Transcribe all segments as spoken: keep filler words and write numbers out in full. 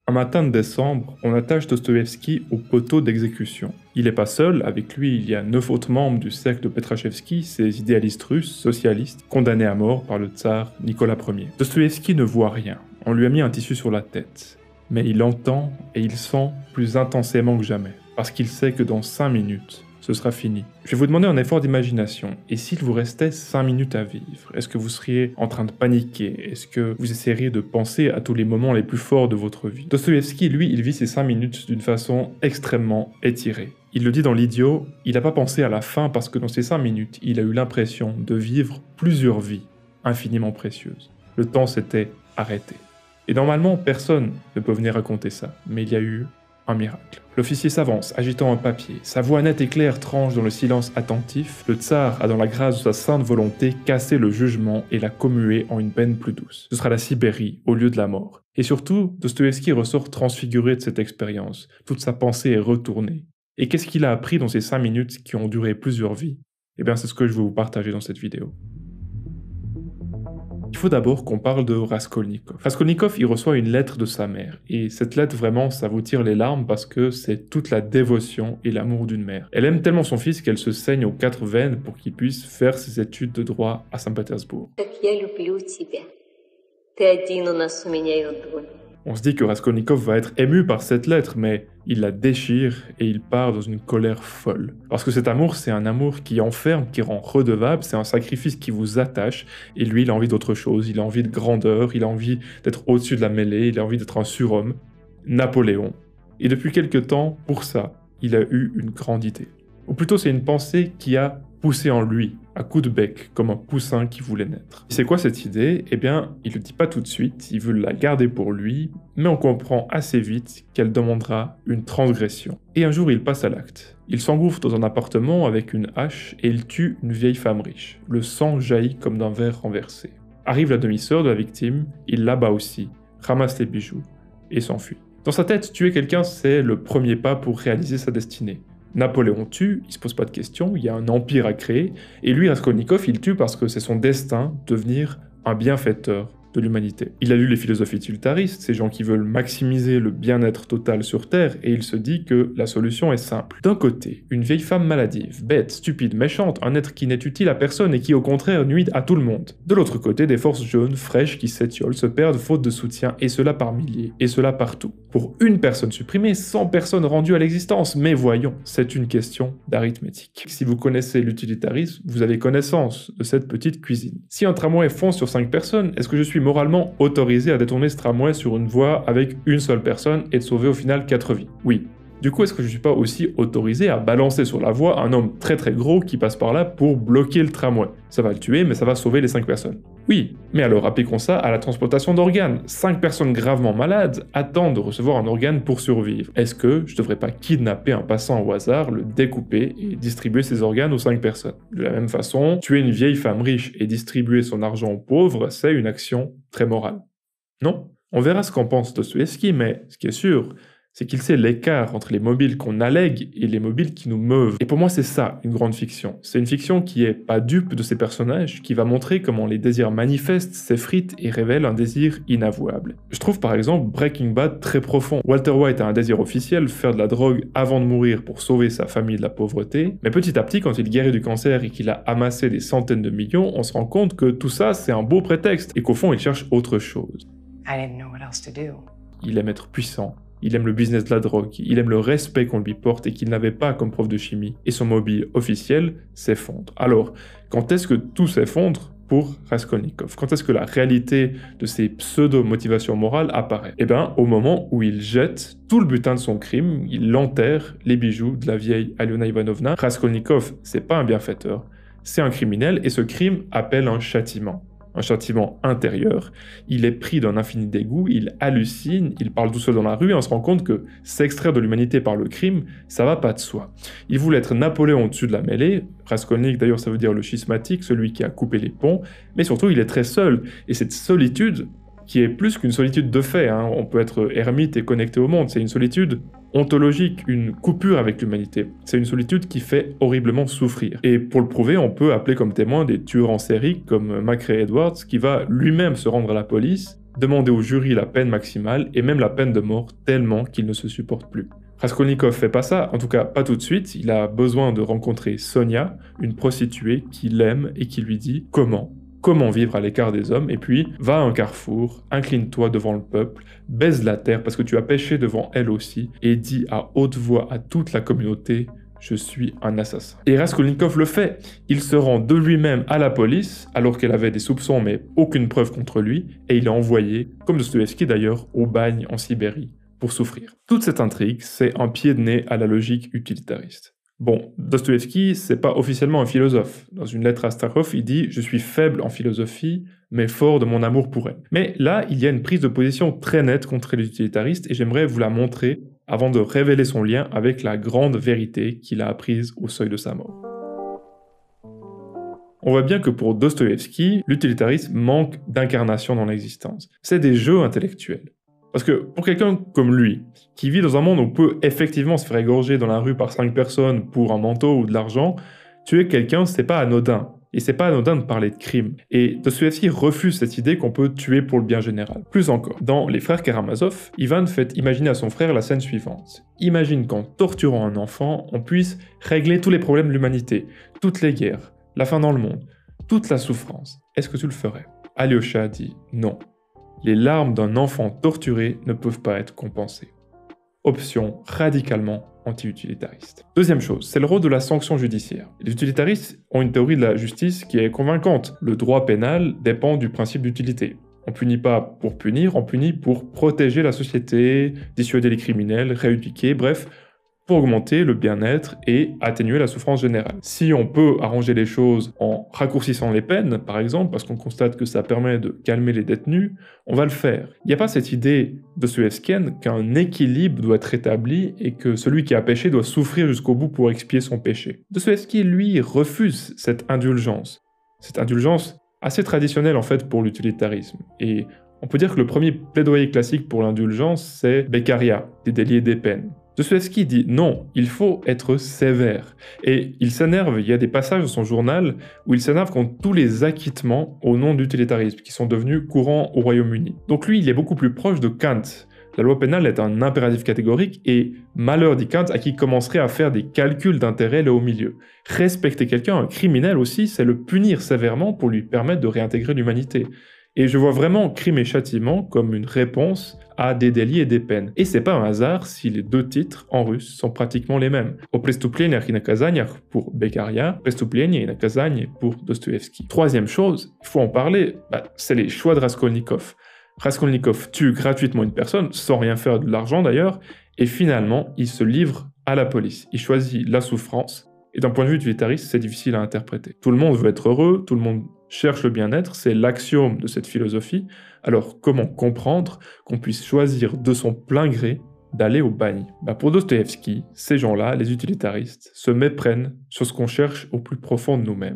Un matin de décembre, on attache Dostoïevski au poteau d'exécution. Il n'est pas seul, avec lui il y a neuf autres membres du cercle de Petrachevski, ces idéalistes russes, socialistes, condamnés à mort par le tsar Nicolas Ier. Dostoïevski ne voit rien, on lui a mis un tissu sur la tête. Mais il entend et il sent plus intensément que jamais, parce qu'il sait que dans cinq minutes, ce sera fini. Je vais vous demander un effort d'imagination, et s'il vous restait cinq minutes à vivre, est-ce que vous seriez en train de paniquer? Est-ce que vous essaieriez de penser à tous les moments les plus forts de votre vie? Dostoïevski, lui, il vit ces cinq minutes d'une façon extrêmement étirée. Il le dit dans L'Idiot, il n'a pas pensé à la fin parce que dans ces cinq minutes, il a eu l'impression de vivre plusieurs vies infiniment précieuses. Le temps s'était arrêté. Et normalement, personne ne peut venir raconter ça, mais il y a eu un miracle. L'officier s'avance, agitant un papier. Sa voix nette et claire tranche dans le silence attentif. Le tsar a, dans la grâce de sa sainte volonté, cassé le jugement et l'a commué en une peine plus douce. Ce sera la Sibérie, au lieu de la mort. Et surtout, Dostoïevski ressort transfiguré de cette expérience. Toute sa pensée est retournée. Et qu'est-ce qu'il a appris dans ces cinq minutes qui ont duré plusieurs vies? Eh bien, c'est ce que je vais vous partager dans cette vidéo. Il faut d'abord qu'on parle de Raskolnikov. Raskolnikov, il reçoit une lettre de sa mère, et cette lettre, vraiment, ça vous tire les larmes parce que c'est toute la dévotion et l'amour d'une mère. Elle aime tellement son fils qu'elle se saigne aux quatre veines pour qu'il puisse faire ses études de droit à Saint-Pétersbourg. On se dit que Raskolnikov va être ému par cette lettre, mais il la déchire et il part dans une colère folle. Parce que cet amour, c'est un amour qui enferme, qui rend redevable, c'est un sacrifice qui vous attache, et lui, il a envie d'autre chose, il a envie de grandeur, il a envie d'être au-dessus de la mêlée, il a envie d'être un surhomme, Napoléon. Et depuis quelque temps, pour ça, il a eu une grande idée. Ou plutôt, c'est une pensée qui a poussé en lui, à coups de bec, comme un poussin qui voulait naître. C'est quoi cette idée? Eh bien, il le dit pas tout de suite, il veut la garder pour lui, mais on comprend assez vite qu'elle demandera une transgression. Et un jour, il passe à l'acte. Il s'engouffre dans un appartement avec une hache et il tue une vieille femme riche. Le sang jaillit comme d'un verre renversé. Arrive la demi-sœur de la victime, il l'abat aussi, ramasse les bijoux et s'enfuit. Dans sa tête, tuer quelqu'un, c'est le premier pas pour réaliser sa destinée. Napoléon tue, il se pose pas de questions, il y a un empire à créer, et lui, Raskolnikov, il tue parce que c'est son destin de devenir un bienfaiteur de l'humanité. Il a lu les philosophes utilitaristes, ces gens qui veulent maximiser le bien-être total sur Terre, et il se dit que la solution est simple. D'un côté, une vieille femme maladive, bête, stupide, méchante, un être qui n'est utile à personne et qui au contraire nuit à tout le monde. De l'autre côté, des forces jeunes, fraîches, qui s'étiolent, se perdent faute de soutien, et cela par milliers, et cela partout. Pour une personne supprimée, cent personnes rendues à l'existence, mais voyons, c'est une question d'arithmétique. Si vous connaissez l'utilitarisme, vous avez connaissance de cette petite cuisine. Si un tramway fonce sur cinq personnes, est-ce que je suis moralement autorisé à détourner ce tramway sur une voie avec une seule personne et de sauver au final quatre vies? Oui. Du coup, est-ce que je suis pas aussi autorisé à balancer sur la voie un homme très très gros qui passe par là pour bloquer le tramway? Ça va le tuer, mais ça va sauver les cinq personnes. Oui, mais alors appliquons ça à la transplantation d'organes. cinq personnes gravement malades attendent de recevoir un organe pour survivre. Est-ce que je devrais pas kidnapper un passant au hasard, le découper et distribuer ses organes aux cinq personnes? De la même façon, tuer une vieille femme riche et distribuer son argent aux pauvres, c'est une action très morale. Non? On verra ce qu'en pense Dostoïevski, mais ce qui est sûr, c'est qu'il sait l'écart entre les mobiles qu'on allègue et les mobiles qui nous meuvent. Et pour moi, c'est ça, une grande fiction. C'est une fiction qui est pas dupe de ses personnages, qui va montrer comment les désirs manifestes s'effritent et révèlent un désir inavouable. Je trouve par exemple Breaking Bad très profond. Walter White a un désir officiel, faire de la drogue avant de mourir pour sauver sa famille de la pauvreté, mais petit à petit, quand il guérit du cancer et qu'il a amassé des centaines de millions, on se rend compte que tout ça, c'est un beau prétexte, et qu'au fond, il cherche autre chose. I didn't know what else to do. Il aime être puissant. Il aime le business de la drogue, il aime le respect qu'on lui porte et qu'il n'avait pas comme prof de chimie. Et son mobile officiel s'effondre. Alors, quand est-ce que tout s'effondre pour Raskolnikov? Quand est-ce que la réalité de ses pseudo-motivations morales apparaît? Eh bien, au moment où il jette tout le butin de son crime, il enterre les bijoux de la vieille Aliona Ivanovna. Raskolnikov, c'est pas un bienfaiteur, c'est un criminel et ce crime appelle un châtiment. Un châtiment intérieur, il est pris d'un infini dégoût, il hallucine, il parle tout seul dans la rue et on se rend compte que s'extraire de l'humanité par le crime, ça va pas de soi. Il voulait être Napoléon au-dessus de la mêlée, Raskolnik d'ailleurs ça veut dire le schismatique, celui qui a coupé les ponts, mais surtout il est très seul, et cette solitude, qui est plus qu'une solitude de fait, hein. On peut être ermite et connecté au monde, c'est une solitude ontologique, une coupure avec l'humanité. C'est une solitude qui fait horriblement souffrir. Et pour le prouver, on peut appeler comme témoin des tueurs en série comme McRae Edwards, qui va lui-même se rendre à la police demander au jury la peine maximale et même la peine de mort tellement qu'il ne se supporte plus. Raskolnikov fait pas ça, en tout cas pas tout de suite, il a besoin de rencontrer Sonia, une prostituée qui l'aime et qui lui dit comment Comment vivre à l'écart des hommes, et puis va à un carrefour, incline-toi devant le peuple, baise la terre parce que tu as péché devant elle aussi, et dis à haute voix à toute la communauté « Je suis un assassin ». Et Raskolnikov le fait, il se rend de lui-même à la police, alors qu'elle avait des soupçons mais aucune preuve contre lui, et il est envoyé, comme Dostoïevski d'ailleurs, au bagne en Sibérie, pour souffrir. Toute cette intrigue, c'est un pied de nez à la logique utilitariste. Bon, Dostoïevski, c'est pas officiellement un philosophe. Dans une lettre à Starkov, il dit « Je suis faible en philosophie, mais fort de mon amour pour elle ». Mais là, il y a une prise de position très nette contre les utilitaristes et j'aimerais vous la montrer avant de révéler son lien avec la grande vérité qu'il a apprise au seuil de sa mort. On voit bien que pour Dostoïevski, l'utilitarisme manque d'incarnation dans l'existence. C'est des jeux intellectuels. Parce que pour quelqu'un comme lui, qui vit dans un monde où on peut effectivement se faire égorger dans la rue par cinq personnes pour un manteau ou de l'argent, tuer quelqu'un, c'est pas anodin. Et c'est pas anodin de parler de crime. Et Dostoïevski refuse cette idée qu'on peut tuer pour le bien général. Plus encore, dans Les Frères Karamazov, Ivan fait imaginer à son frère la scène suivante. Imagine qu'en torturant un enfant, on puisse régler tous les problèmes de l'humanité, toutes les guerres, la faim dans le monde, toute la souffrance. Est-ce que tu le ferais? Alyosha dit non. Les larmes d'un enfant torturé ne peuvent pas être compensées. Option radicalement anti-utilitariste. Deuxième chose, c'est le rôle de la sanction judiciaire. Les utilitaristes ont une théorie de la justice qui est convaincante. Le droit pénal dépend du principe d'utilité. On punit pas pour punir, on punit pour protéger la société, dissuader les criminels, rééduquer, bref, pour augmenter le bien-être et atténuer la souffrance générale. Si on peut arranger les choses en raccourcissant les peines, par exemple, parce qu'on constate que ça permet de calmer les détenus, on va le faire. Il n'y a pas cette idée dostoïevskienne qu'un équilibre doit être établi et que celui qui a péché doit souffrir jusqu'au bout pour expier son péché. Dostoïevski, lui, refuse cette indulgence. Cette indulgence assez traditionnelle, en fait, pour l'utilitarisme. Et on peut dire que le premier plaidoyer classique pour l'indulgence, c'est Beccaria, des délits et des peines. Dostoïevski dit non, il faut être sévère. Et il s'énerve, il y a des passages dans son journal où il s'énerve contre tous les acquittements au nom d'utilitarisme qui sont devenus courants au Royaume-Uni. Donc lui, il est beaucoup plus proche de Kant. La loi pénale est un impératif catégorique et malheur dit Kant à qui commencerait à faire des calculs d'intérêt là au milieu. Respecter quelqu'un, un criminel aussi, c'est le punir sévèrement pour lui permettre de réintégrer l'humanité. Et je vois vraiment crime et châtiment comme une réponse à des délits et des peines. Et c'est pas un hasard si les deux titres en russe sont pratiquement les mêmes. Au преступлениях и наказаниях pour Beccaria, преступления и наказания pour Dostoïevski. Troisième chose, il faut en parler, bah, c'est les choix de Raskolnikov. Raskolnikov tue gratuitement une personne, sans rien faire de l'argent d'ailleurs, et finalement, il se livre à la police. Il choisit la souffrance, et d'un point de vue utilitariste, c'est difficile à interpréter. Tout le monde veut être heureux, tout le monde cherche le bien-être, c'est l'axiome de cette philosophie. Alors comment comprendre qu'on puisse choisir de son plein gré d'aller au bagne? Bah pour Dostoïevski, ces gens-là, les utilitaristes, se méprennent sur ce qu'on cherche au plus profond de nous-mêmes.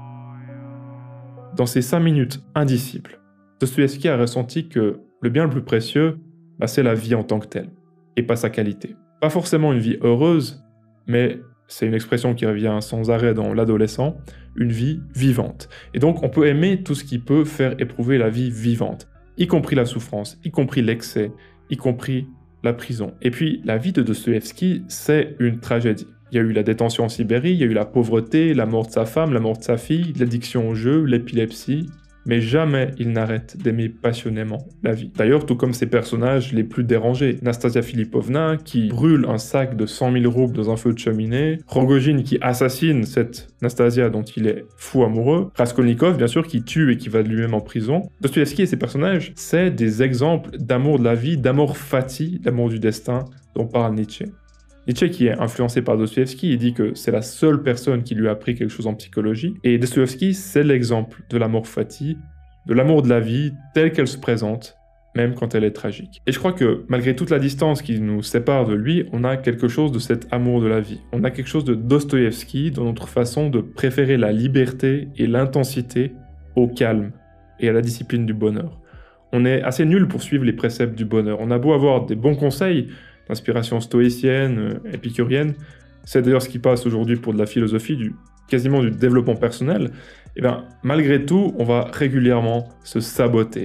Dans ces cinq minutes indicibles, Dostoïevski a ressenti que le bien le plus précieux, bah c'est la vie en tant que telle, et pas sa qualité. Pas forcément une vie heureuse, mais c'est une expression qui revient sans arrêt dans l'adolescent, une vie vivante. Et donc on peut aimer tout ce qui peut faire éprouver la vie vivante, y compris la souffrance, y compris l'excès, y compris la prison. Et puis la vie de Dostoïevski, c'est une tragédie. Il y a eu la détention en Sibérie, il y a eu la pauvreté, la mort de sa femme, la mort de sa fille, l'addiction au jeu, l'épilepsie, mais jamais il n'arrête d'aimer passionnément la vie. D'ailleurs, tout comme ses personnages les plus dérangés. Nastasia Filipovna, qui brûle un sac de cent mille roubles dans un feu de cheminée, Rogojine qui assassine cette Nastasia dont il est fou amoureux, Raskolnikov, bien sûr, qui tue et qui va lui-même en prison. Dostoïevski et ses personnages, c'est des exemples d'amour de la vie, d'amour fati, d'amour du destin, dont parle Nietzsche. Nietzsche, qui est influencé par Dostoïevski, il dit que c'est la seule personne qui lui a appris quelque chose en psychologie. Et Dostoïevski, c'est l'exemple de l'amour fati, de l'amour de la vie telle qu'elle se présente, même quand elle est tragique. Et je crois que malgré toute la distance qui nous sépare de lui, on a quelque chose de cet amour de la vie. On a quelque chose de Dostoïevski dans notre façon de préférer la liberté et l'intensité au calme et à la discipline du bonheur. On est assez nul pour suivre les préceptes du bonheur. On a beau avoir des bons conseils, d'inspiration stoïcienne, euh, épicurienne, c'est d'ailleurs ce qui passe aujourd'hui pour de la philosophie, du, quasiment du développement personnel, et bien malgré tout, on va régulièrement se saboter.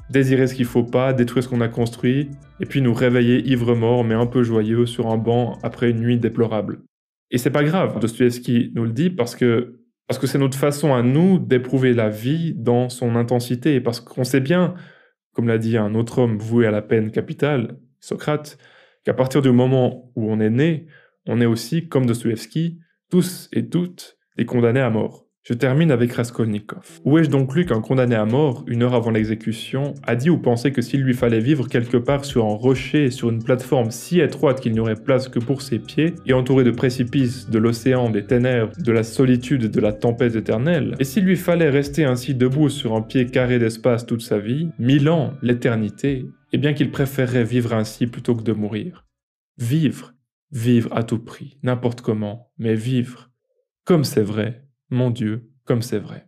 désirer ce qu'il faut pas, détruire ce qu'on a construit, et puis nous réveiller ivre-mort mais un peu joyeux sur un banc après une nuit déplorable. Et c'est pas grave, Dostoïevski nous le dit parce que parce que c'est notre façon à nous d'éprouver la vie dans son intensité, parce qu'on sait bien, comme l'a dit un autre homme voué à la peine capitale, Socrate, qu'à partir du moment où on est né, on est aussi, comme Dostoïevski, tous et toutes des condamnés à mort. Je termine avec Raskolnikov. Où ai-je donc lu qu'un condamné à mort, une heure avant l'exécution, a dit ou pensé que s'il lui fallait vivre quelque part sur un rocher, sur une plateforme si étroite qu'il n'y aurait place que pour ses pieds, et entouré de précipices, de l'océan, des ténèbres, de la solitude et de la tempête éternelle, et s'il lui fallait rester ainsi debout sur un pied carré d'espace toute sa vie, mille ans, l'éternité, eh bien qu'il préférerait vivre ainsi plutôt que de mourir. Vivre, vivre à tout prix, n'importe comment, mais vivre. Comme c'est vrai, mon Dieu, comme c'est vrai.